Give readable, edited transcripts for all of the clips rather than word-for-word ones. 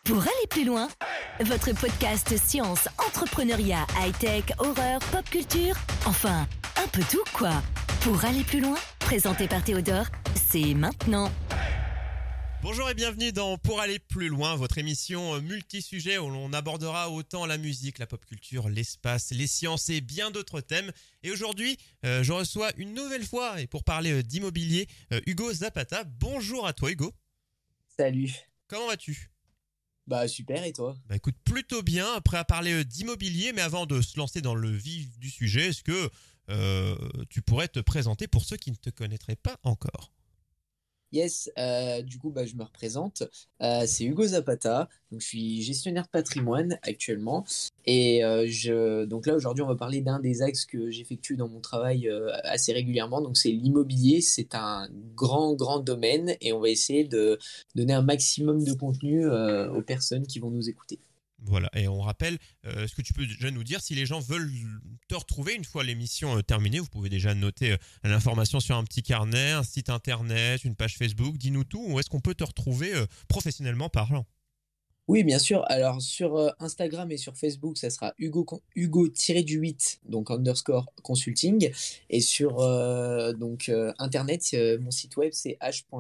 Pour aller plus loin, votre podcast science, entrepreneuriat, high-tech, horreur, pop culture, enfin, un peu tout quoi. Pour aller plus loin, présenté par Théodore, c'est maintenant. Bonjour et bienvenue dans Pour aller plus loin, votre émission multi-sujets où l'on abordera autant la musique, la pop culture, l'espace, les sciences et bien d'autres thèmes. Et aujourd'hui, je reçois une nouvelle fois, et pour parler d'immobilier, Hugo Zapata. Bonjour à toi Hugo. Salut. Comment vas-tu ? Bah super, et toi ? Bah écoute, plutôt bien, prêt à parler d'immobilier, mais avant de se lancer dans le vif du sujet, est-ce que tu pourrais te présenter pour ceux qui ne te connaîtraient pas encore ? Yes, du coup je me représente, c'est Hugo Zapata, donc je suis gestionnaire de patrimoine actuellement et donc là aujourd'hui on va parler d'un des axes que j'effectue dans mon travail assez régulièrement, donc c'est l'immobilier. C'est un grand domaine et on va essayer de donner un maximum de contenu aux personnes qui vont nous écouter. Voilà, et on rappelle, est-ce que tu peux déjà nous dire si les gens veulent te retrouver une fois l'émission terminée? Vous pouvez déjà noter l'information sur un petit carnet, un site internet, une page Facebook, dis-nous tout. Où est-ce qu'on peut te retrouver professionnellement parlant? Oui, bien sûr. Alors sur Instagram et sur Facebook, ça sera Hugo-du-8, donc underscore consulting. Et sur Internet, mon site web, c'est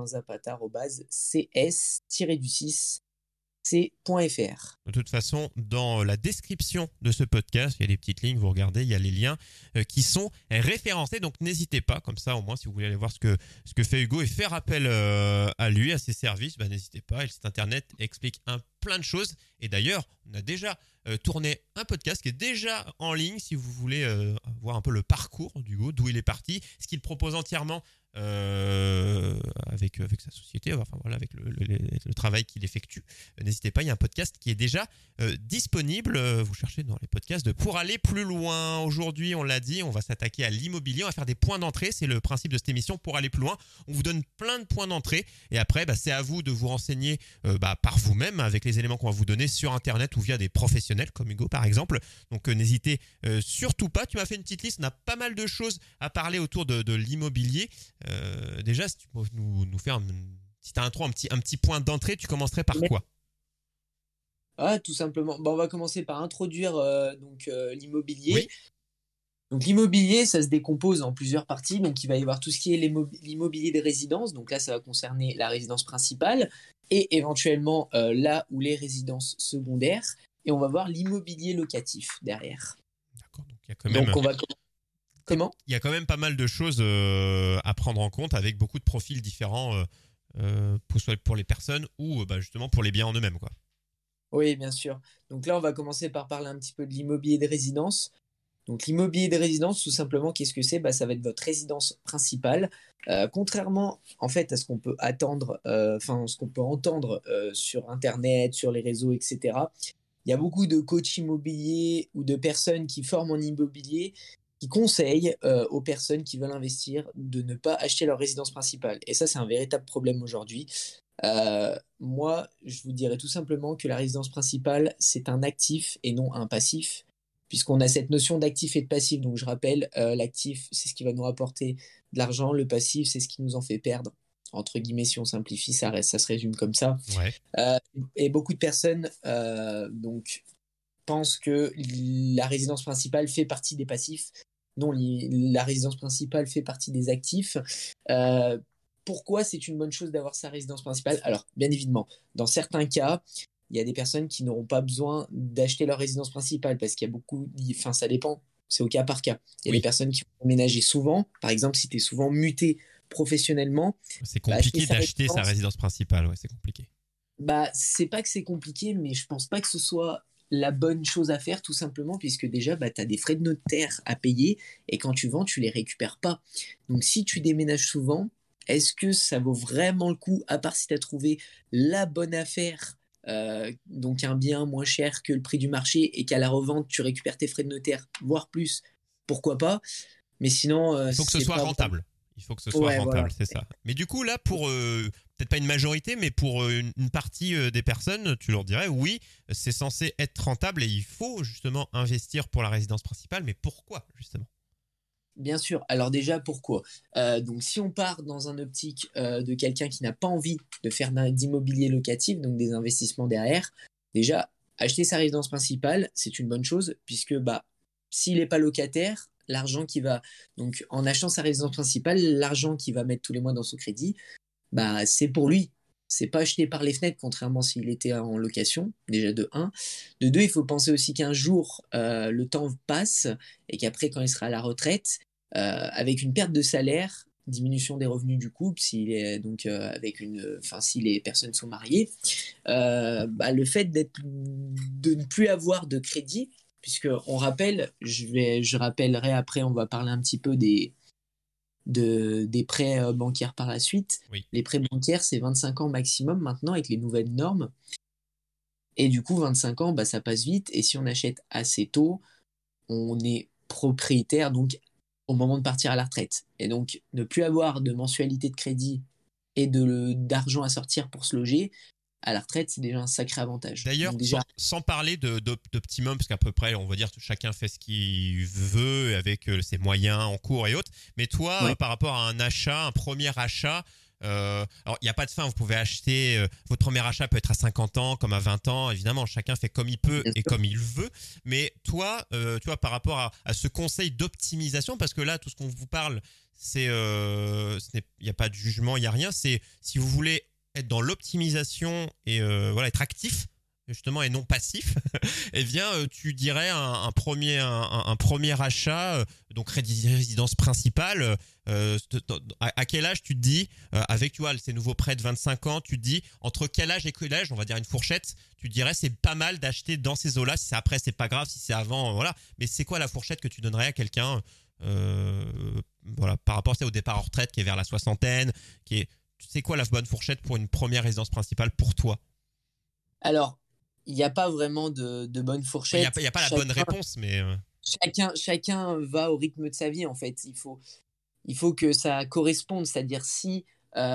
h.zapata@cs-du6c.fr. De toute façon, dans la description de ce podcast, il y a des petites lignes, vous regardez, il y a les liens qui sont référencés. Donc n'hésitez pas, comme ça au moins si vous voulez aller voir ce que fait Hugo et faire appel à lui, à ses services, n'hésitez pas. Et le site internet explique plein de choses. Et d'ailleurs, on a déjà tourné un podcast qui est déjà en ligne si vous voulez voir un peu le parcours d'Hugo, d'où il est parti, ce qu'il propose entièrement avec sa société, enfin voilà, avec le travail qu'il effectue. N'hésitez pas, il y a un podcast qui est déjà disponible. Vous cherchez dans les podcasts de Pour aller plus loin. Aujourd'hui, on l'a dit, on va s'attaquer à l'immobilier. On va faire des points d'entrée. C'est le principe de cette émission. Pour aller plus loin, on vous donne plein de points d'entrée. Et après, c'est à vous de vous renseigner par vous-même avec les éléments qu'on va vous donner sur Internet ou via des professionnels comme Hugo par exemple. Donc n'hésitez surtout pas. Tu m'as fait une petite liste. On a pas mal de choses à parler autour de l'immobilier. Déjà, si tu peux nous faire si tu as un petit point d'entrée, tu commencerais par quoi? Tout simplement. On va commencer par introduire l'immobilier. Oui. Donc l'immobilier, ça se décompose en plusieurs parties. Donc il va y avoir tout ce qui est l'immobilier de résidence. Donc là, ça va concerner la résidence principale et éventuellement là où les résidences secondaires. Et on va voir l'immobilier locatif derrière. D'accord. Donc il y a quand même. Donc on va. Comment ? Il y a quand même pas mal de choses à prendre en compte avec beaucoup de profils différents, soit pour les personnes ou justement pour les biens en eux-mêmes, quoi. Oui, bien sûr. Donc là, on va commencer par parler un petit peu de l'immobilier de résidence. Donc l'immobilier de résidence, tout simplement, qu'est-ce que c'est ? Ça va être votre résidence principale. Contrairement, en fait, à ce qu'on peut attendre, ce qu'on peut entendre sur Internet, sur les réseaux, etc. Il y a beaucoup de coachs immobiliers ou de personnes qui forment en immobilier qui conseillent aux personnes qui veulent investir de ne pas acheter leur résidence principale. Et ça, c'est un véritable problème aujourd'hui. Moi, je vous dirais tout simplement que la résidence principale, c'est un actif et non un passif, puisqu'on a cette notion d'actif et de passif. Donc, je rappelle, l'actif, c'est ce qui va nous rapporter de l'argent. Le passif, c'est ce qui nous en fait perdre. Entre guillemets, si on simplifie, ça se résume comme ça. Ouais. Et beaucoup de personnes pensent que la résidence principale fait partie des passifs. Non, la résidence principale fait partie des actifs. Pourquoi c'est une bonne chose d'avoir sa résidence principale ? Alors, bien évidemment, dans certains cas, il y a des personnes qui n'auront pas besoin d'acheter leur résidence principale parce qu'il y a ça dépend, c'est au cas par cas. Il y a des personnes qui vont emménager souvent. Par exemple, si tu es souvent muté professionnellement, c'est compliqué d'acheter sa résidence principale, ouais, c'est compliqué. C'est pas que c'est compliqué, mais je pense pas que ce soit la bonne chose à faire, tout simplement, puisque déjà, tu as des frais de notaire à payer et quand tu vends, tu les récupères pas. Donc, si tu déménages souvent, est-ce que ça vaut vraiment le coup, à part si tu as trouvé la bonne affaire, donc un bien moins cher que le prix du marché et qu'à la revente, tu récupères tes frais de notaire, voire plus, pourquoi pas ? Mais sinon, il faut que ce soit rentable. Il faut que ce soit rentable, voilà. C'est ça. Mais du coup, là, pour peut-être pas une majorité, mais pour une partie des personnes, tu leur dirais, oui, c'est censé être rentable et il faut justement investir pour la résidence principale. Mais pourquoi, justement ? Bien sûr. Alors déjà, pourquoi ? Donc, si on part dans un optique de quelqu'un qui n'a pas envie de faire d'immobilier locatif, donc des investissements derrière, Déjà, acheter sa résidence principale, c'est une bonne chose, puisque s'il n'est pas locataire, l'argent qui va, donc en achetant sa résidence principale, l'argent qu'il va mettre tous les mois dans son crédit, c'est pour lui. C'est pas acheté par les fenêtres, contrairement s'il était en location, déjà de un. De deux, il faut penser aussi qu'un jour, le temps passe et qu'après, quand il sera à la retraite, avec une perte de salaire, diminution des revenus du couple, s'il est donc si les personnes sont mariées, le fait de ne plus avoir de crédit, puisque on rappelle, je rappellerai après, on va parler un petit peu des prêts bancaires par la suite. Oui. Les prêts bancaires, c'est 25 ans maximum maintenant avec les nouvelles normes. Et du coup, 25 ans, ça passe vite. Et si on achète assez tôt, on est propriétaire donc au moment de partir à la retraite. Et donc, ne plus avoir de mensualité de crédit et d'argent à sortir pour se loger, à la retraite, c'est déjà un sacré avantage. D'ailleurs, déjà... sans parler d'optimum, parce qu'à peu près, on va dire que chacun fait ce qu'il veut avec ses moyens en cours et autres. Mais toi, par rapport à un achat, un premier achat, alors il n'y a pas de fin, vous pouvez acheter, votre premier achat peut être à 50 ans comme à 20 ans, évidemment, chacun fait comme il peut et comme il veut. Mais toi, tu vois, par rapport à ce conseil d'optimisation, parce que là, tout ce qu'on vous parle, il n'y a pas de jugement, il n'y a rien, c'est si vous voulez être dans l'optimisation et être actif justement et non passif, eh bien tu dirais un premier achat, donc résidence principale, à quel âge tu te dis, avec tu vois ces nouveaux prêts de 25 ans, tu te dis entre quel âge et quel âge, on va dire une fourchette, tu dirais c'est pas mal d'acheter dans ces eaux-là, si c'est après c'est pas grave, si c'est avant, voilà, mais c'est quoi la fourchette que tu donnerais à quelqu'un par rapport au départ en retraite qui est vers la soixantaine, c'est quoi la bonne fourchette pour une première résidence principale pour toi? Alors, il n'y a pas vraiment de bonne fourchette. Il n'y a pas la bonne réponse, mais... Chacun va au rythme de sa vie, en fait. Il faut que ça corresponde. C'est-à-dire, si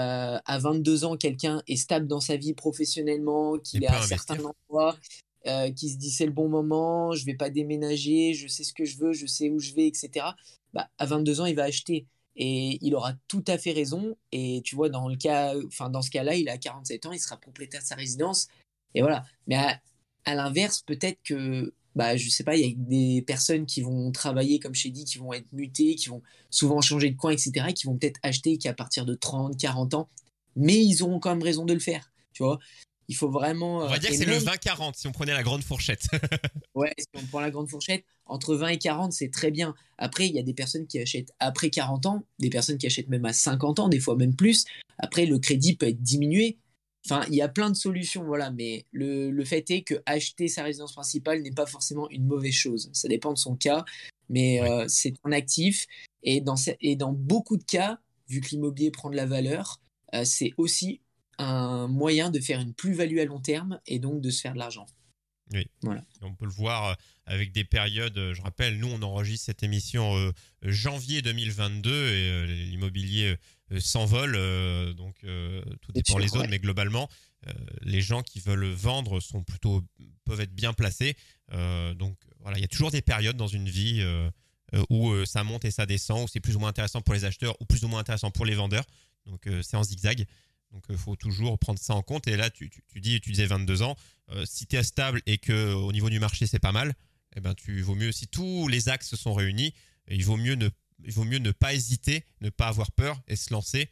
à 22 ans, quelqu'un est stable dans sa vie professionnellement, qu'il est à un certain endroit, qui se dit c'est le bon moment, je ne vais pas déménager, je sais ce que je veux, je sais où je vais, etc. À 22 ans, il va acheter. Et il aura tout à fait raison. Et tu vois, dans ce cas-là, il a 47 ans, il sera propriétaire de sa résidence. Et voilà. Mais à l'inverse, peut-être que, je sais pas, il y a des personnes qui vont travailler, comme je t'ai dit, qui vont être mutées, qui vont souvent changer de coin, etc., qui vont peut-être acheter qu'à partir de 30, 40 ans. Mais ils auront quand même raison de le faire. Tu vois, il faut vraiment. On va dire que c'est le 20-40 si on prenait la grande fourchette. Ouais, si on prend la grande fourchette, entre 20 et 40, c'est très bien. Après, il y a des personnes qui achètent après 40 ans, des personnes qui achètent même à 50 ans, des fois même plus. Après, le crédit peut être diminué. Enfin, il y a plein de solutions, voilà. Mais le fait est que acheter sa résidence principale n'est pas forcément une mauvaise chose. Ça dépend de son cas, mais c'est un actif. Et dans beaucoup de cas, vu que l'immobilier prend de la valeur, c'est aussi un moyen de faire une plus-value à long terme et donc de se faire de l'argent. Oui, voilà. On peut le voir avec des périodes, je rappelle, nous on enregistre cette émission janvier 2022 et l'immobilier s'envole, donc tout dépend les zones, mais globalement, les gens qui veulent vendre peuvent être bien placés. Donc voilà, il y a toujours des périodes dans une vie où ça monte et ça descend, où c'est plus ou moins intéressant pour les acheteurs ou plus ou moins intéressant pour les vendeurs. Donc c'est en zigzag. Donc il faut toujours prendre ça en compte. Et là, tu disais 22 ans. Si tu es stable et qu'au niveau du marché, c'est pas mal, eh ben, vaut mieux, si tous les axes sont réunis, il vaut mieux ne pas hésiter, ne pas avoir peur et se lancer.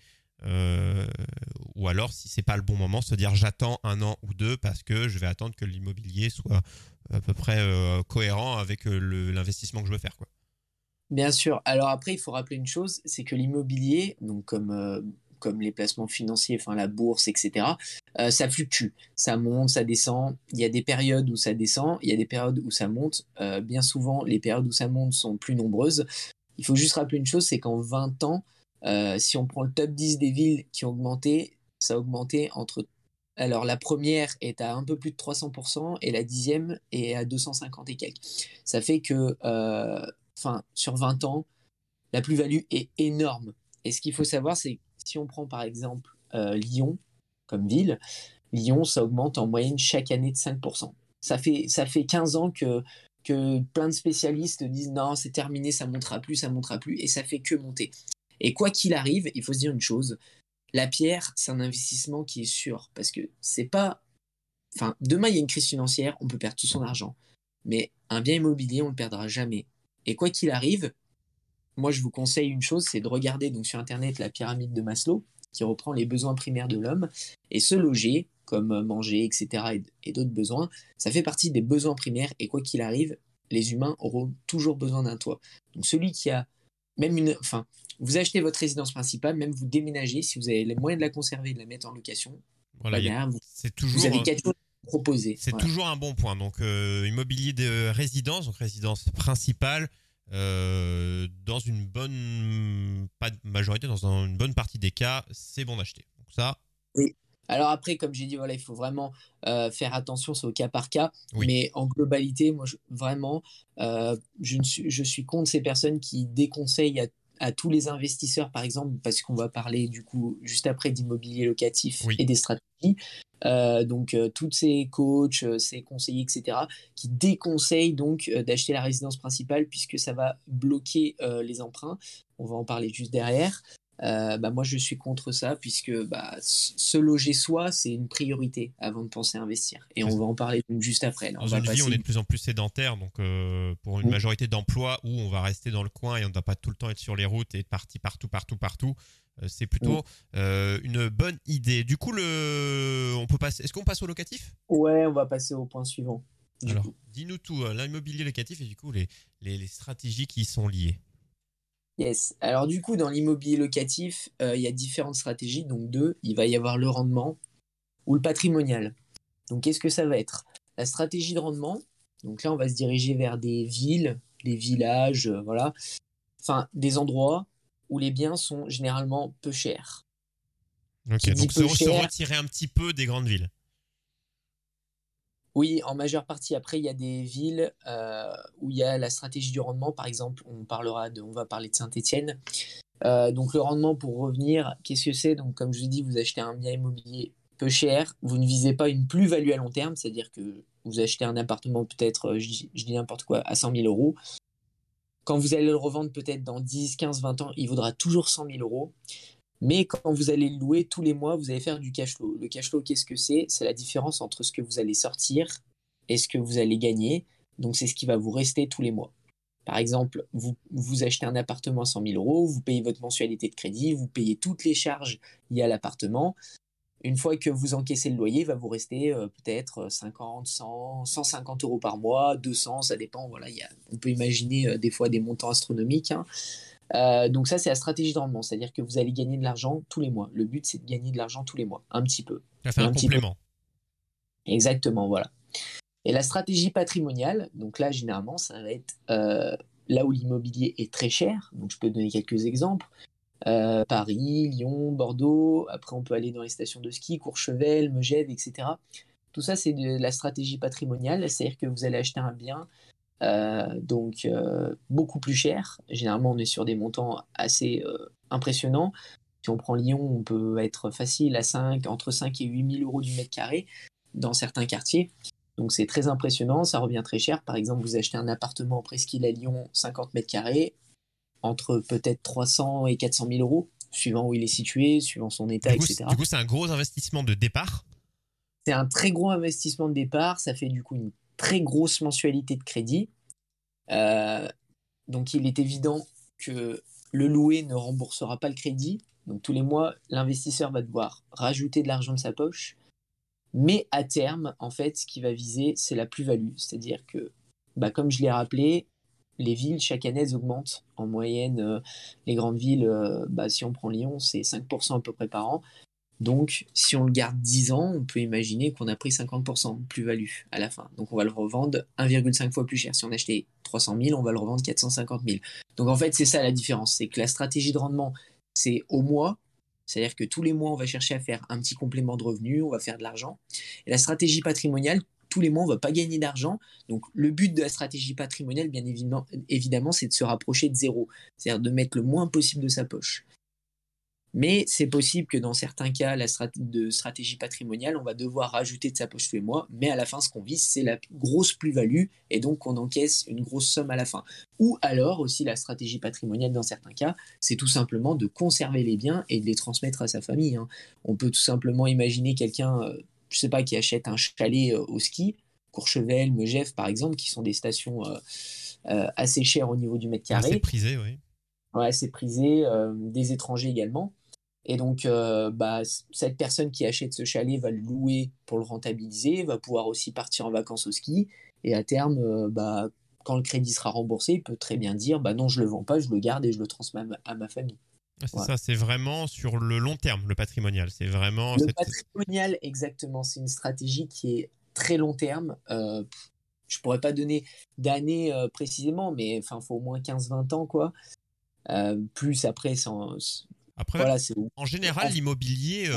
Ou alors, si c'est pas le bon moment, se dire j'attends 1 an ou 2 parce que je vais attendre que l'immobilier soit à peu près cohérent avec l'investissement que je veux faire, quoi. Bien sûr. Alors après, il faut rappeler une chose, c'est que l'immobilier, donc comme les placements financiers, enfin la bourse, etc., ça fluctue. Ça monte, ça descend. Il y a des périodes où ça descend, il y a des périodes où ça monte. Bien souvent, les périodes où ça monte sont plus nombreuses. Il faut juste rappeler une chose, c'est qu'en 20 ans, si on prend le top 10 des villes qui ont augmenté, ça a augmenté entre... Alors la première est à un peu plus de 300% et la 10e est à 250 et quelques. Ça fait que sur 20 ans, la plus-value est énorme. Et ce qu'il faut savoir, c'est que si on prend par exemple Lyon comme ville, Lyon, ça augmente en moyenne chaque année de 5%. Ça fait 15 ans que plein de spécialistes disent non, c'est terminé, ça ne montera plus, et ça fait que monter. Et quoi qu'il arrive, il faut se dire une chose, la pierre, c'est un investissement qui est sûr, parce que c'est pas enfin, demain, il y a une crise financière, on peut perdre tout son argent. Mais un bien immobilier, on ne le perdra jamais. Et quoi qu'il arrive, moi, je vous conseille une chose, c'est de regarder donc sur Internet la pyramide de Maslow, qui reprend les besoins primaires de l'homme, et se loger, comme manger, etc., et d'autres besoins, ça fait partie des besoins primaires, et quoi qu'il arrive, les humains auront toujours besoin d'un toit. Donc celui qui a même enfin, vous achetez votre résidence principale, même vous déménagez, si vous avez les moyens de la conserver et de la mettre en location, Voilà, derrière, c'est vous avez toujours, quelque chose à proposer. c'est Voilà. toujours un bon point. Donc, immobilier de résidence, donc résidence principale, dans une bonne, pas de majorité, dans une bonne partie des cas, c'est bon d'acheter. Donc ça, Oui. Alors après, comme j'ai dit, voilà, il faut vraiment faire attention, c'est au cas par cas. oui. Mais en globalité, moi, vraiment, je suis contre ces personnes qui déconseillent à tous les investisseurs, par exemple, parce qu'on va parler du coup juste après d'immobilier locatif Oui. et des stratégies. Donc, tous ces coachs, ces conseillers, etc., qui déconseillent donc d'acheter la résidence principale puisque ça va bloquer les emprunts. On va en parler juste derrière. Moi, je suis contre ça puisque se loger soi, c'est une priorité avant de penser à investir. Et on va en parler donc juste après. Là, Dans une vie, on est de plus en plus sédentaire, donc pour une majorité d'emplois où on va rester dans le coin et on ne doit pas tout le temps être sur les routes et être parti partout, c'est plutôt une bonne idée. Du coup, est-ce qu'on passe au locatif ? Ouais, on va passer au point suivant. Alors, dis-nous tout, l'immobilier locatif et du coup les stratégies qui y sont liées. Yes. Alors du coup, dans l'immobilier locatif, il y a différentes stratégies. Donc deux, il va y avoir le rendement ou le patrimonial. Donc qu'est-ce que ça va être ? La stratégie de rendement, donc là, on va se diriger vers des villes, des villages, voilà. Enfin, des endroits où les biens sont généralement peu chers. Ok, donc se retirer un petit peu des grandes villes. Oui, en majeure partie. Après, il y a des villes où il y a la stratégie du rendement. Par exemple, on va parler de Saint-Étienne. Donc le rendement, pour revenir, qu'est-ce que c'est ? Donc comme je vous dis, vous achetez un bien immobilier peu cher. Vous ne visez pas une plus-value à long terme, c'est-à-dire que vous achetez un appartement peut-être, je dis n'importe quoi, à 100 000 euros. Quand vous allez le revendre peut-être dans 10, 15, 20 ans, il vaudra toujours 100 000 euros. Mais quand vous allez le louer tous les mois, vous allez faire du cash flow. Le cash flow, qu'est-ce que c'est ? C'est la différence entre ce que vous allez sortir et ce que vous allez gagner. Donc, c'est ce qui va vous rester tous les mois. Par exemple, vous achetez un appartement à 100 000 euros, vous payez votre mensualité de crédit, vous payez toutes les charges liées à l'appartement. Une fois que vous encaissez le loyer, il va vous rester peut-être 50, 100, 150 euros par mois, 200, ça dépend. Voilà, on peut imaginer des fois des montants astronomiques. Donc ça, c'est la stratégie de rendement, c'est-à-dire que vous allez gagner de l'argent tous les mois. Le but, c'est de gagner de l'argent tous les mois, un petit peu. Ça fait un complément. Exactement, voilà. Et la stratégie patrimoniale, donc là, généralement, ça va être là où l'immobilier est très cher. Donc je peux donner quelques exemples. Paris, Lyon, Bordeaux. Après, on peut aller dans les stations de ski, Courchevel, Megève, etc. Tout ça, c'est de la stratégie patrimoniale, c'est-à-dire que vous allez acheter un bien beaucoup plus cher. Généralement, on est sur des montants assez impressionnants. Si on prend Lyon, on peut être facile à entre 5 et 8 000 euros du mètre carré dans certains quartiers. Donc c'est très impressionnant, ça revient très cher. Par exemple, vous achetez un appartement en presqu'île à Lyon, 50 mètres carrés, entre peut-être 300 et 400 000 euros, suivant où il est situé, suivant son état, etc. Du coup, c'est un gros investissement de départ. C'est un très gros investissement de départ, ça fait du coup une très grosse mensualité de crédit. Donc il est évident que le loué ne remboursera pas le crédit. Donc tous les mois, l'investisseur va devoir rajouter de l'argent de sa poche. Mais à terme, en fait, ce qui va viser, c'est la plus-value. C'est-à-dire que, comme je l'ai rappelé, les villes, chaque année, elles augmentent. En moyenne, les grandes villes, si on prend Lyon, c'est 5% à peu près par an. Donc, si on le garde 10 ans, on peut imaginer qu'on a pris 50% de plus-value à la fin. Donc, on va le revendre 1,5 fois plus cher. Si on achetait 300 000, on va le revendre 450 000. Donc, en fait, c'est ça la différence. C'est que la stratégie de rendement, c'est au mois. C'est-à-dire que tous les mois, on va chercher à faire un petit complément de revenu, on va faire de l'argent. Et la stratégie patrimoniale, tous les mois, on ne va pas gagner d'argent. Donc, le but de la stratégie patrimoniale, bien évidemment, c'est de se rapprocher de zéro. C'est-à-dire de mettre le moins possible de sa poche. Mais c'est possible que dans certains cas, de stratégie patrimoniale, on va devoir rajouter de sa poche tous les mois, mais à la fin, ce qu'on vise, c'est la grosse plus-value, et donc on encaisse une grosse somme à la fin. Ou alors, aussi, la stratégie patrimoniale, dans certains cas, c'est tout simplement de conserver les biens et de les transmettre à sa famille. On peut tout simplement imaginer quelqu'un je sais pas, qui achète un chalet au ski, Courchevel, Megève par exemple, qui sont des stations assez chères au niveau du mètre Assez carré. prisé, oui. Ouais, c'est prisé, des étrangers également. Et donc, cette personne qui achète ce chalet va le louer pour le rentabiliser, va pouvoir aussi partir en vacances au ski. Et à terme, quand le crédit sera remboursé, il peut très bien dire non, je le vends pas, je le garde et je le transmets à ma famille. C'est Voilà. ça, c'est vraiment sur le long terme, le patrimonial. C'est vraiment Le patrimonial, exactement, c'est une stratégie qui est très long terme. Je pourrais pas donner d'années précisément, mais enfin, faut au moins 15-20 ans, quoi. Plus après, Après, voilà, en général, l'immobilier,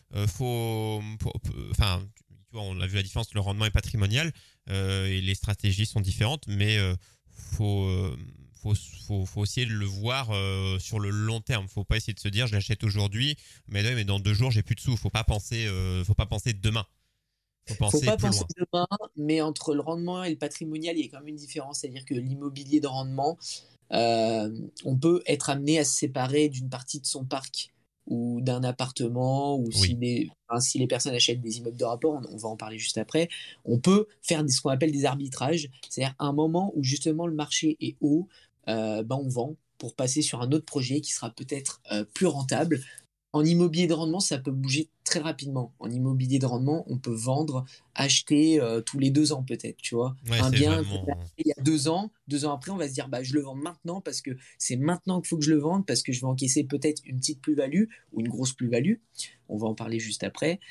enfin, tu vois, on a vu la différence, le rendement est patrimonial et les stratégies sont différentes, mais faut essayer de le voir sur le long terme. Faut pas essayer de se dire, je l'achète aujourd'hui, mais dans 2 jours, j'ai plus de sous. Faut pas penser demain. Faut faut penser pas plus penser loin. demain, mais entre le rendement et le patrimonial, il y a quand même une différence. C'est-à-dire que l'immobilier de rendement, on peut être amené à se séparer d'une partie de son parc ou d'un appartement, ou Oui. si les personnes achètent des immeubles de rapport, on va en parler juste après, on peut faire ce qu'on appelle des arbitrages, c'est-à-dire un moment où justement le marché est haut, on vend pour passer sur un autre projet qui sera peut-être plus rentable. En immobilier de rendement, ça peut bouger très rapidement. En immobilier de rendement, on peut vendre, acheter tous les 2 ans peut-être, tu vois. Ouais, Un c'est bien qu'on a vraiment. acheté il y a 2 ans, 2 ans après, on va se dire, je le vends maintenant parce que c'est maintenant qu'il faut que je le vende, parce que je vais encaisser peut-être une petite plus-value ou une grosse plus-value. On va en parler juste après.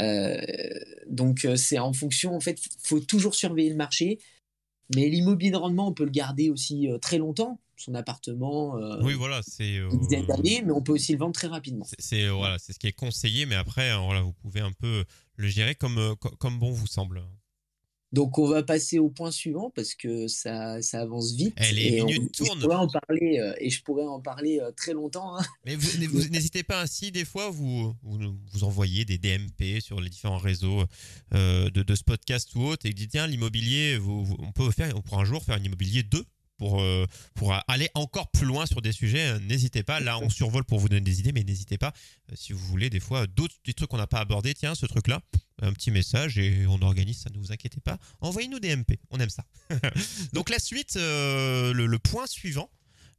Donc, c'est en fonction, en fait, il faut toujours surveiller le marché. Mais l'immobilier de rendement, on peut le garder aussi très longtemps, son appartement, Oui, voilà, c'est. une dizaine d'années, mais on peut aussi le vendre très rapidement. Voilà, c'est ce qui est conseillé, mais après, voilà, vous pouvez un peu le gérer comme bon vous semble. Donc on va passer au point suivant parce que ça avance vite Les et minutes je tournent. pourrais en parler très longtemps, hein. Mais vous n'hésitez pas ainsi, des fois, vous envoyez des DMP sur les différents réseaux de ce podcast ou autre, et vous dites, tiens, l'immobilier, on pourra un jour faire un immobilier 2 pour aller encore plus loin sur des sujets. N'hésitez pas, là on survole pour vous donner des idées, mais n'hésitez pas, si vous voulez des fois des trucs qu'on n'a pas abordés, tiens, ce truc-là, un petit message et on organise ça, ne vous inquiétez pas, envoyez-nous des MP, on aime ça. Donc la suite, le point suivant,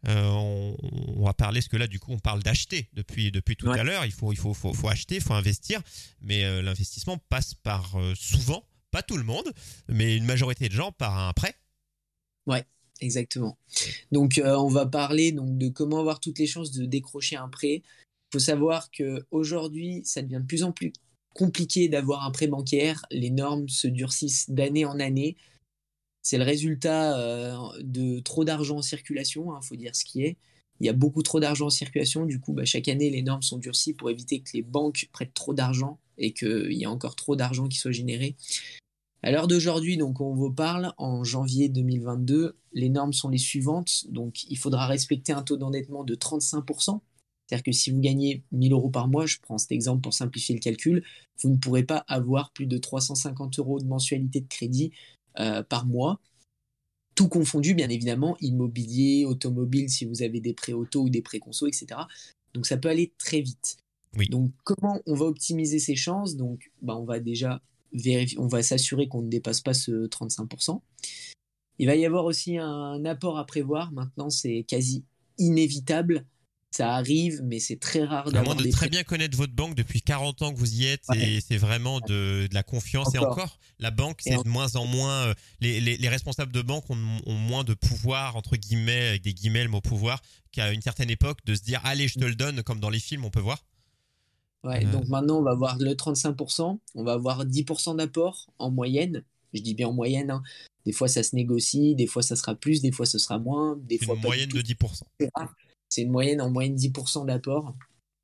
on va parler, parce que là du coup on parle d'acheter depuis tout Ouais. à l'heure. Il faut acheter, il faut investir, mais l'investissement passe par souvent, pas tout le monde, mais une majorité de gens, par un prêt. Ouais, exactement. Donc on va parler donc de comment avoir toutes les chances de décrocher un prêt. Il faut savoir que aujourd'hui, ça devient de plus en plus compliqué d'avoir un prêt bancaire. Les normes se durcissent d'année en année. C'est le résultat de trop d'argent en circulation, faut dire ce qui est. Il y a beaucoup trop d'argent en circulation, du coup, chaque année, les normes sont durcies pour éviter que les banques prêtent trop d'argent et qu'il y ait encore trop d'argent qui soit généré. À l'heure d'aujourd'hui, donc on vous parle, en janvier 2022, les normes sont les suivantes. Donc, il faudra respecter un taux d'endettement de 35%. C'est-à-dire que si vous gagnez 1 000 € par mois, je prends cet exemple pour simplifier le calcul, vous ne pourrez pas avoir plus de 350 € de mensualité de crédit par mois, tout confondu bien évidemment, immobilier, automobile si vous avez des prêts auto ou des prêts conso, etc. Donc ça peut aller très vite. Oui. Donc comment on va optimiser ces chances? Donc on va déjà vérifier, on va s'assurer qu'on ne dépasse pas ce 35%. Il va y avoir aussi un apport à prévoir. Maintenant, c'est quasi inévitable. Ça arrive, mais c'est très rare À moins d'avoir de des très prêts. bien connaître votre banque depuis 40 ans que vous y êtes, Ouais. et c'est vraiment de la confiance. Et encore, la banque, Et c'est de moins en moins. Les responsables de banque ont moins de pouvoir, entre guillemets, avec des guillemets, le mot pouvoir, qu'à une certaine époque, de se dire, allez, je te le donne, comme dans les films, on peut voir. Ouais, donc maintenant, on va avoir le 35%, on va avoir 10% d'apport en moyenne. Je dis bien en moyenne, hein. Des fois, ça se négocie, des fois, ça sera plus, des fois, ce sera moins, des C'est fois, une pas du moyenne tout. de 10%. C'est une moyenne, en moyenne 10% d'apport.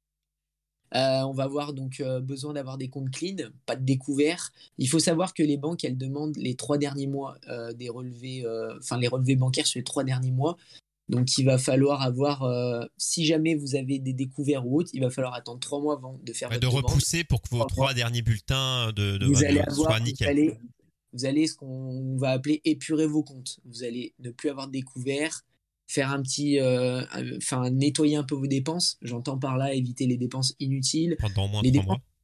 On va avoir donc besoin d'avoir des comptes clean, pas de découvert. Il faut savoir que les banques, elles demandent les 3 derniers mois des relevés, les relevés bancaires sur les 3 derniers mois. Donc, il va falloir avoir, si jamais vous avez des découverts ou autres, il va falloir attendre 3 mois avant de faire De votre demande. repousser pour que vos 3 derniers bulletins Vous allez soient nickel. vous allez ce qu'on va appeler épurer vos comptes. Vous allez ne plus avoir de découvert, faire nettoyer un peu vos dépenses. J'entends par là éviter les dépenses inutiles. Pendant au moins Les 3 dépenses, mois.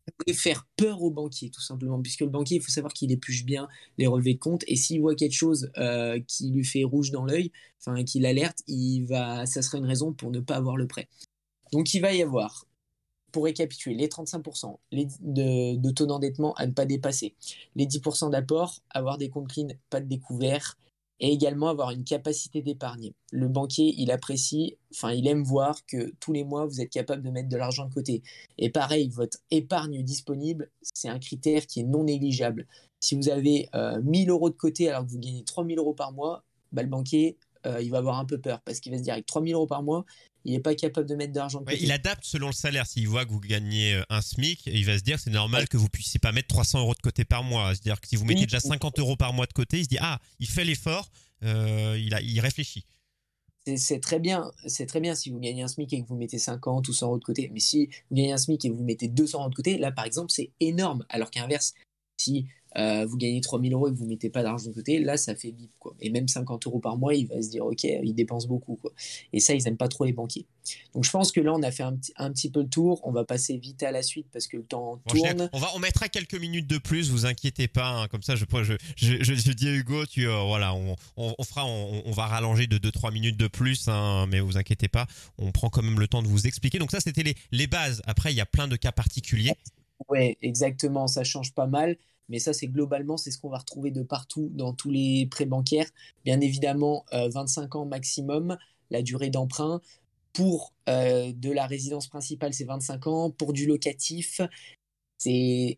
voulez faire peur au banquier, tout simplement, puisque le banquier, il faut savoir qu'il épluche bien les relevés de compte, et s'il voit quelque chose qui lui fait rouge dans l'œil, enfin, qui l'alerte, ça sera une raison pour ne pas avoir le prêt. Donc, il va y avoir, pour récapituler, les 35% de taux d'endettement à ne pas dépasser, les 10% d'apport, avoir des comptes clean, pas de découvert, et également avoir une capacité d'épargne. Le banquier, il apprécie, enfin, il aime voir que tous les mois, vous êtes capable de mettre de l'argent de côté. Et pareil, votre épargne disponible, c'est un critère qui est non négligeable. Si vous avez 1000 euros de côté alors que vous gagnez 3000 euros par mois, bah, le banquier, il va avoir un peu peur parce qu'il va se dire avec 3000 euros par mois, il n'est pas capable de mettre de l'argent de côté. Il adapte selon le salaire. S'il voit que vous gagnez un SMIC, il va se dire que c'est normal que vous puissiez pas mettre 300 euros de côté par mois. C'est-à-dire que si vous mettez déjà 50 euros par mois de côté, il se dit il fait l'effort, il réfléchit. C'est très bien si vous gagnez un SMIC et que vous mettez 50 ou 100 euros de côté. Mais si vous gagnez un SMIC et que vous mettez 200 euros de côté, là par exemple, c'est énorme. Alors qu'inverse, si vous gagnez 3000 euros et que vous ne mettez pas d'argent de côté, là ça fait bip, quoi. Et même 50 euros par mois, il va se dire ok, il dépense beaucoup, quoi. Et ça, ils n'aiment pas trop les banquiers. Donc je pense que là, on a fait un petit peu le tour. On va passer vite à la suite parce que le temps tourne. On mettra quelques minutes de plus, vous inquiétez pas. Hein, comme ça, je dis à Hugo, voilà, on va rallonger de 2-3 minutes de plus, hein, mais vous inquiétez pas, on prend quand même le temps de vous expliquer. Donc ça, c'était les bases. Après, il y a plein de cas particuliers. Ouais, exactement, ça change pas mal. Mais ça, c'est globalement, c'est ce qu'on va retrouver de partout dans tous les prêts bancaires. Bien évidemment, 25 ans maximum, la durée d'emprunt. Pour de la résidence principale, c'est 25 ans. Pour du locatif, c'est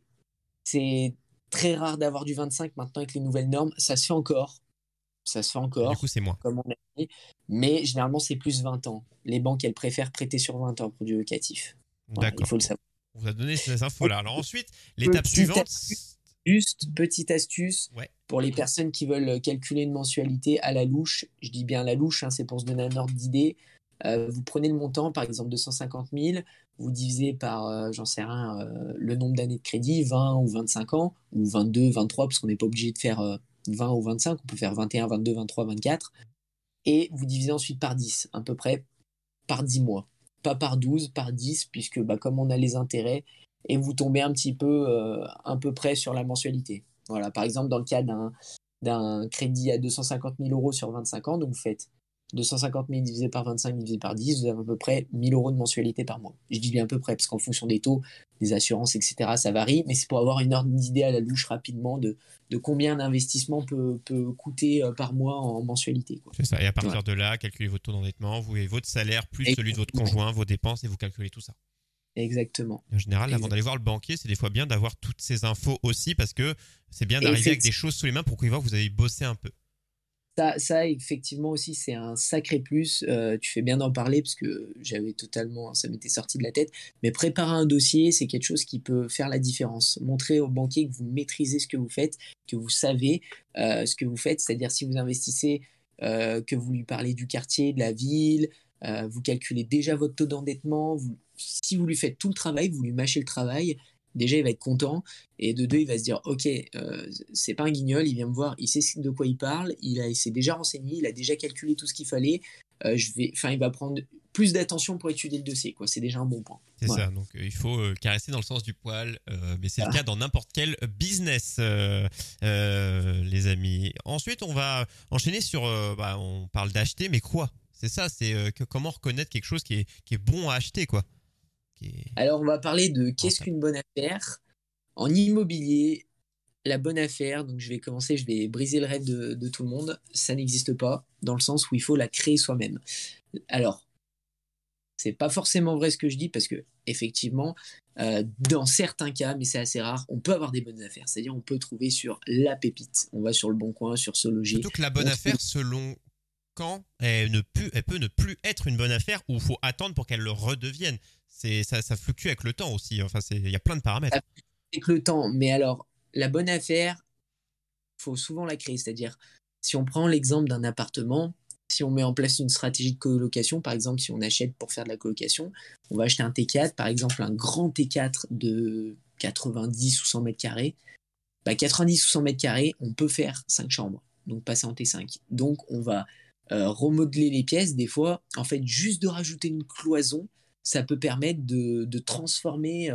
très rare d'avoir du 25 maintenant avec les nouvelles normes. Ça se fait encore. Du coup, c'est moins. Comme on a dit. Mais généralement, c'est plus 20 ans. Les banques, elles préfèrent prêter sur 20 ans pour du locatif. Voilà, d'accord. il faut le savoir. On vous a donné ces infos-là. Alors ensuite, l'étape suivante... Juste, petite astuce, pour les personnes qui veulent calculer une mensualité à la louche. Je dis bien à la louche, hein, c'est pour se donner un ordre d'idée. Vous prenez le montant, par exemple 250 000, vous divisez par, j'en sais rien, le nombre d'années de crédit, 20 ou 25 ans, ou 22, 23, parce qu'on n'est pas obligé de faire 20 ou 25, on peut faire 21, 22, 23, 24, et vous divisez ensuite par 10, à peu près par 10 mois. Pas par 12, par 10, puisque comme on a les intérêts, et vous tombez un petit peu à peu près sur la mensualité. Voilà, par exemple, dans le cas d'un crédit à 250 000 euros sur 25 ans, donc vous faites 250 000 divisé par 25 divisé par 10, vous avez à peu près 1 000 euros de mensualité par mois. Je dis bien à peu près, parce qu'en fonction des taux, des assurances, etc., ça varie, mais c'est pour avoir une ordre d'idée à la louche rapidement de combien un investissement peut coûter par mois en mensualité, quoi. C'est ça, et à partir de là, calculez votre taux d'endettement, vous avez votre salaire plus celui de votre conjoint, vos dépenses, et vous calculez tout ça. Exactement. En général, avant d'aller voir le banquier, c'est des fois bien d'avoir toutes ces infos aussi parce que c'est bien d'arriver avec des choses sous les mains pour qu'il voit que vous avez bossé un peu. Ça, effectivement aussi, c'est un sacré plus. Tu fais bien d'en parler parce que ça m'était sorti de la tête. Mais préparer un dossier, c'est quelque chose qui peut faire la différence. Montrer au banquier que vous maîtrisez ce que vous faites, que vous savez ce que vous faites. C'est-à-dire si vous investissez, que vous lui parlez du quartier, de la ville, vous calculez déjà votre taux d'endettement. Si vous lui faites tout le travail, vous lui mâchez le travail, déjà il va être content, et de deux il va se dire ok, c'est pas un guignol, il vient me voir, il sait de quoi il parle, il s'est déjà renseigné, il a déjà calculé tout ce qu'il fallait, il va prendre plus d'attention pour étudier le dossier, quoi. C'est déjà un bon point. C'est ça, donc il faut caresser dans le sens du poil, mais c'est le cas dans n'importe quel business, les amis. Ensuite on va enchaîner sur, on parle d'acheter, mais quoi? C'est ça, c'est comment reconnaître quelque chose qui est bon à acheter, quoi. Alors, on va parler de qu'est-ce qu'une bonne affaire. En immobilier, la bonne affaire, donc je vais briser le rêve de tout le monde, ça n'existe pas, dans le sens où il faut la créer soi-même. Alors, c'est pas forcément vrai ce que je dis, parce que effectivement, dans certains cas, mais c'est assez rare, on peut avoir des bonnes affaires. C'est-à-dire, on peut trouver sur la pépite. On va sur le Bon Coin, sur SoLoger. Surtout que la bonne affaire, selon quand elle peut ne plus être une bonne affaire, ou il faut attendre pour qu'elle le redevienne. Ça fluctue avec le temps aussi. Enfin, il y a plein de paramètres. Avec le temps, mais alors, la bonne affaire, il faut souvent la créer. C'est-à-dire, si on prend l'exemple d'un appartement, si on met en place une stratégie de colocation, par exemple, si on achète pour faire de la colocation, on va acheter un T4, par exemple, un grand T4 de 90 ou 100 mètres carrés. 90 ou 100 mètres carrés, on peut faire 5 chambres, donc passer en T5. Donc, on va remodeler les pièces. Des fois, en fait, juste de rajouter une cloison, ça peut permettre de transformer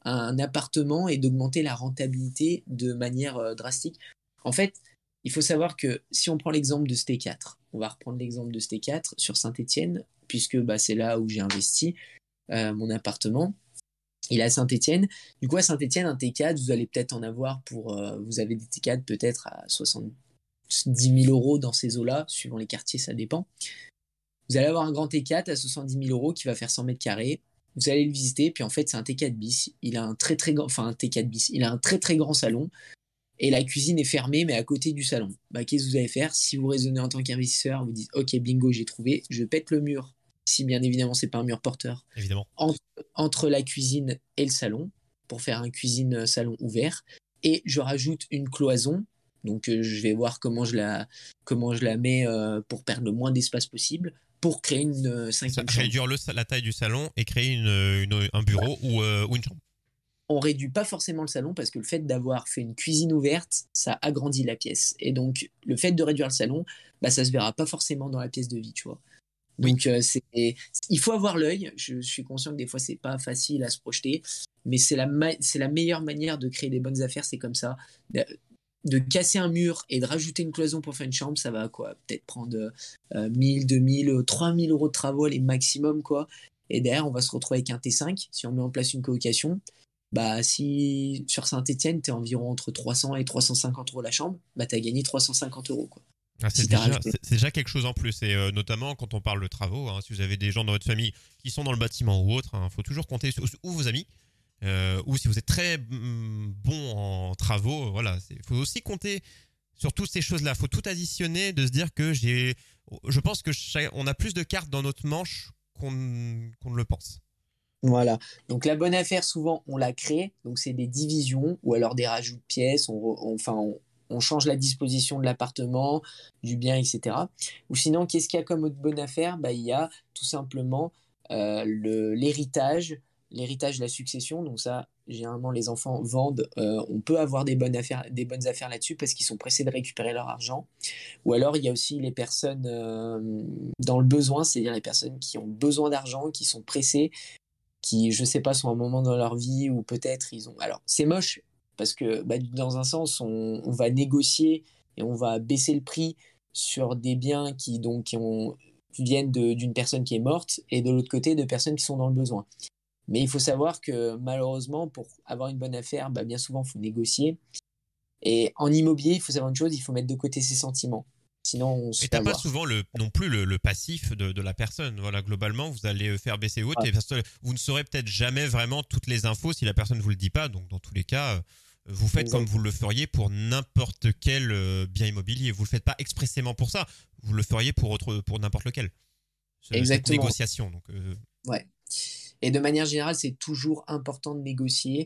un appartement et d'augmenter la rentabilité de manière drastique. En fait, il faut savoir que si on prend l'exemple de Sté4, on va reprendre l'exemple de Sté4 sur Saint-Étienne, puisque c'est là où j'ai investi mon appartement. Il est à Saint-Étienne. Du coup, à Saint-Étienne, un T4, vous allez peut-être en avoir vous avez des T4 peut-être à 70 000 euros dans ces eaux-là, suivant les quartiers, ça dépend. Vous allez avoir un grand T4 à 70 000 euros qui va faire 100 mètres carrés. Vous allez le visiter, puis en fait, c'est un T4 bis. Il a un très très grand, un T4 bis. Il a un très très grand salon et la cuisine est fermée, mais à côté du salon. Qu'est-ce que vous allez faire? Si vous raisonnez en tant qu'investisseur, vous dites, ok, bingo, j'ai trouvé, je pète le mur. Si bien évidemment, c'est pas un mur porteur. Évidemment. Entre la cuisine et le salon, pour faire un cuisine-salon ouvert. Et je rajoute une cloison. Donc, je vais voir comment je la mets pour perdre le moins d'espace possible, pour créer une cinquième chambre. Réduire la taille du salon et créer un bureau ou une chambre. On réduit pas forcément le salon parce que le fait d'avoir fait une cuisine ouverte, ça agrandit la pièce. Et donc, le fait de réduire le salon, ça se verra pas forcément dans la pièce de vie, tu vois. Donc, il faut avoir l'œil. Je suis conscient que des fois, c'est pas facile à se projeter, mais c'est la meilleure manière de créer des bonnes affaires, c'est comme ça. De casser un mur et de rajouter une cloison pour faire une chambre, ça va peut-être prendre 1000, 2000, 3000 euros de travaux, les maximum, quoi. Et derrière, on va se retrouver avec un T5 si on met en place une colocation. Si sur Saint-Étienne, tu es environ entre 300 et 350 euros la chambre, tu as gagné 350 euros, quoi. C'est déjà quelque chose en plus, et notamment quand on parle de travaux, si vous avez des gens dans votre famille qui sont dans le bâtiment ou autre, faut toujours compter sur ou vos amis, ou si vous êtes très bon en travaux, voilà, faut aussi compter sur toutes ces choses-là. Faut tout additionner, de se dire que je pense que on a plus de cartes dans notre manche qu'on ne le pense. Voilà. Donc la bonne affaire, souvent, on la crée. Donc c'est des divisions ou alors des rajouts de pièces. On change la disposition de l'appartement, du bien, etc. Ou sinon, qu'est-ce qu'il y a comme autre bonne affaire? Il y a tout simplement l'héritage, de la succession. Donc ça, généralement, les enfants vendent. On peut avoir des bonnes affaires là-dessus parce qu'ils sont pressés de récupérer leur argent. Ou alors, il y a aussi les personnes dans le besoin, c'est-à-dire les personnes qui ont besoin d'argent, qui sont pressées, qui, je sais pas, sont à un moment dans leur vie où peut-être ils ont... Alors, c'est moche, parce que dans un sens, on va négocier et on va baisser le prix sur des biens qui viennent d'une personne qui est morte et de l'autre côté, de personnes qui sont dans le besoin. Mais il faut savoir que malheureusement, pour avoir une bonne affaire, bien souvent, il faut négocier. Et en immobilier, il faut savoir une chose, il faut mettre de côté ses sentiments. Sinon, on se fait avoir. Et t'as pas souvent non plus le passif de la personne. Voilà, globalement, vous allez faire baisser haute et vous ne saurez peut-être jamais vraiment toutes les infos si la personne ne vous le dit pas. Donc, dans tous les cas, vous faites comme vous le feriez pour n'importe quel bien immobilier. Vous le faites pas expressément pour ça. Vous le feriez pour n'importe lequel. Cette négociation. Donc, ouais. Et de manière générale, c'est toujours important de négocier.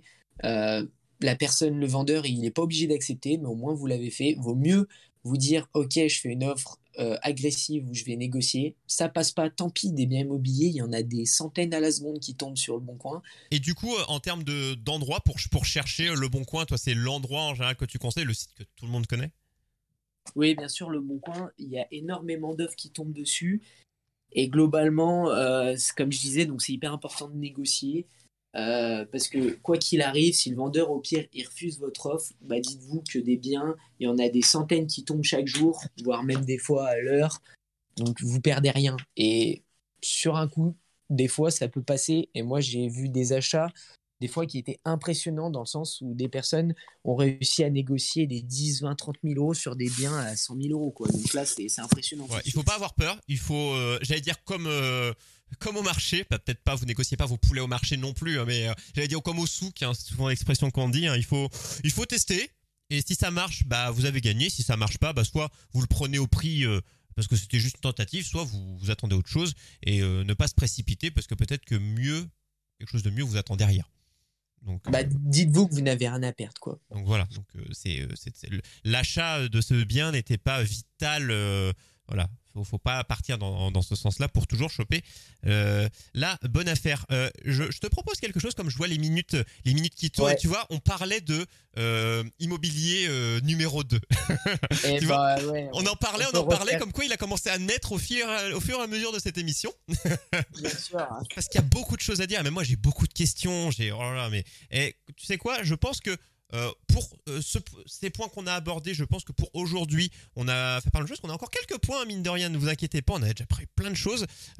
La personne, le vendeur, il n'est pas obligé d'accepter, mais au moins vous l'avez fait. Vaut mieux vous dire, ok, je fais une offre agressive où je vais négocier. Ça passe pas, tant pis, des biens immobiliers, il y en a des centaines à la seconde qui tombent sur le Bon Coin. Et du coup, en termes d'endroit pour chercher le Bon Coin, toi, c'est l'endroit en général que tu conseilles, le site que tout le monde connaît? Oui, bien sûr, le Bon Coin, il y a énormément d'offres qui tombent dessus. Et globalement, comme je disais, donc c'est hyper important de négocier. Parce que quoi qu'il arrive, si le vendeur au pire il refuse votre offre, dites-vous que des biens, il y en a des centaines qui tombent chaque jour, voire même des fois à l'heure, donc vous perdez rien. Et sur un coup, des fois ça peut passer, et moi j'ai vu des achats des fois qui étaient impressionnants dans le sens où des personnes ont réussi à négocier des 10, 20, 30 000 euros sur des biens à 100 000 euros, quoi. Donc là c'est impressionnant. Ouais, il faut pas avoir peur, il faut, j'allais dire comme au marché, peut-être pas, vous négociez pas vos poulets au marché non plus, mais j'allais dire comme au souk, c'est souvent l'expression qu'on dit, il faut tester, et si ça marche, vous avez gagné, si ça marche pas, soit vous le prenez au prix parce que c'était juste une tentative, soit vous attendez autre chose, et ne pas se précipiter, parce que peut-être que quelque chose de mieux vous attend derrière. Donc, dites-vous que vous n'avez rien à perdre, quoi. Donc voilà, l'achat de ce bien n'était pas vital voilà. Faut pas partir dans ce sens-là pour toujours choper la bonne affaire. Je te propose quelque chose, comme je vois les minutes qui tournent. Et tu vois, on parlait de immobilier numéro 2. Et tu vois, ouais, on en parlait comme quoi il a commencé à naître au fur et à mesure de cette émission. Bien sûr. Parce qu'il y a beaucoup de choses à dire. Mais moi, j'ai beaucoup de questions. Oh là là, mais tu sais quoi, je pense que pour ces points qu'on a abordés, je pense que pour aujourd'hui, on a fait pas mal de choses. On a encore quelques points, mine de rien, ne vous inquiétez pas, on a déjà pris plein de choses.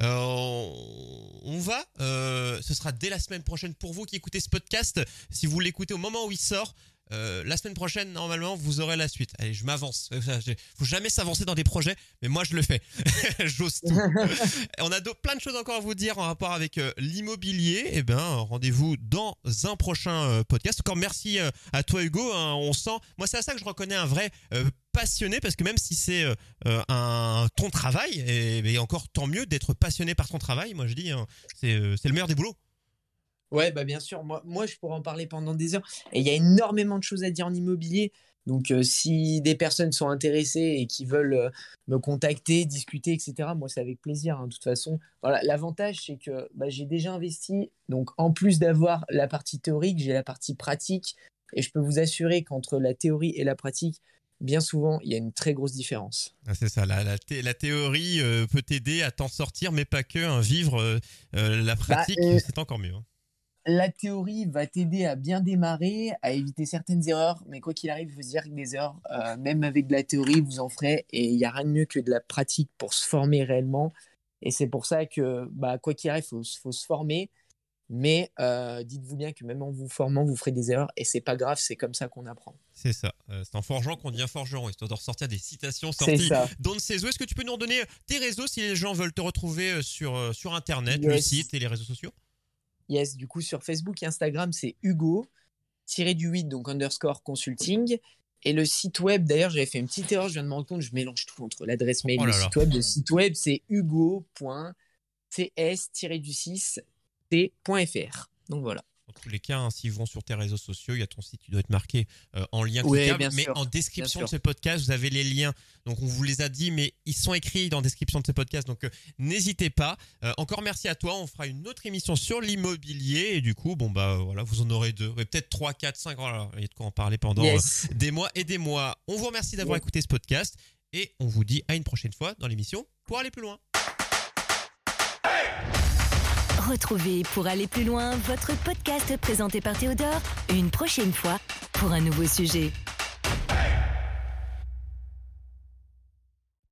On va, ce sera dès la semaine prochaine pour vous qui écoutez ce podcast. Si vous l'écoutez au moment où il sort, la semaine prochaine, normalement, vous aurez la suite. Allez, je m'avance. Faut jamais s'avancer dans des projets, mais moi, je le fais. J'ose tout. On a plein de choses encore à vous dire en rapport avec l'immobilier. Eh bien, rendez-vous dans un prochain podcast. Encore merci à toi, Hugo. On sent, moi, c'est à ça que je reconnais un vrai passionné, parce que même si c'est ton travail, et encore tant mieux d'être passionné par ton travail, moi, je dis, c'est le meilleur des boulots. Ouais, bah bien sûr. Moi, je pourrais en parler pendant des heures. Et il y a énormément de choses à dire en immobilier. Donc, si des personnes sont intéressées et qui veulent me contacter, discuter, etc., moi, c'est avec plaisir. De toute façon, voilà, l'avantage, c'est que j'ai déjà investi. Donc, en plus d'avoir la partie théorique, j'ai la partie pratique. Et je peux vous assurer qu'entre la théorie et la pratique, bien souvent, il y a une très grosse différence. Ah, c'est ça, la théorie peut t'aider à t'en sortir, mais pas que. Vivre la pratique, c'est encore mieux. La théorie va t'aider à bien démarrer, à éviter certaines erreurs, mais quoi qu'il arrive, il faut se dire que des erreurs, même avec de la théorie, vous en ferez, et il n'y a rien de mieux que de la pratique pour se former réellement. Et c'est pour ça que, quoi qu'il arrive, il faut se former, mais dites-vous bien que même en vous formant, vous ferez des erreurs, et c'est pas grave, c'est comme ça qu'on apprend. C'est ça, c'est en forgeant qu'on devient forgeron, histoire de ressortir des citations sorties d'on ne sait où. Est-ce que tu peux nous redonner tes réseaux si les gens veulent te retrouver sur Internet, le site et les réseaux sociaux? Yes, du coup, sur Facebook et Instagram, c'est Hugo-8, donc _ consulting. Et le site web, d'ailleurs, j'avais fait une petite erreur, je viens de me rendre compte, je mélange tout entre l'adresse mail et le site web. Le site web, c'est hugo.cs-t.fr. Donc voilà. Dans tous les cas, s'ils vont sur tes réseaux sociaux, il y a ton site qui doit être marqué en lien cliquable. Mais en description de ce podcast, vous avez les liens. Donc, on vous les a dit, mais ils sont écrits dans la description de ce podcast. Donc, n'hésitez pas. Encore merci à toi. On fera une autre émission sur l'immobilier. Et du coup, voilà, vous en aurez 2. Peut-être 3, 4, 5. Voilà, il y a de quoi en parler pendant des mois et des mois. On vous remercie d'avoir écouté ce podcast. Et on vous dit à une prochaine fois dans l'émission pour aller plus loin. Retrouvez Pour aller plus loin votre podcast présenté par Théodore une prochaine fois pour un nouveau sujet.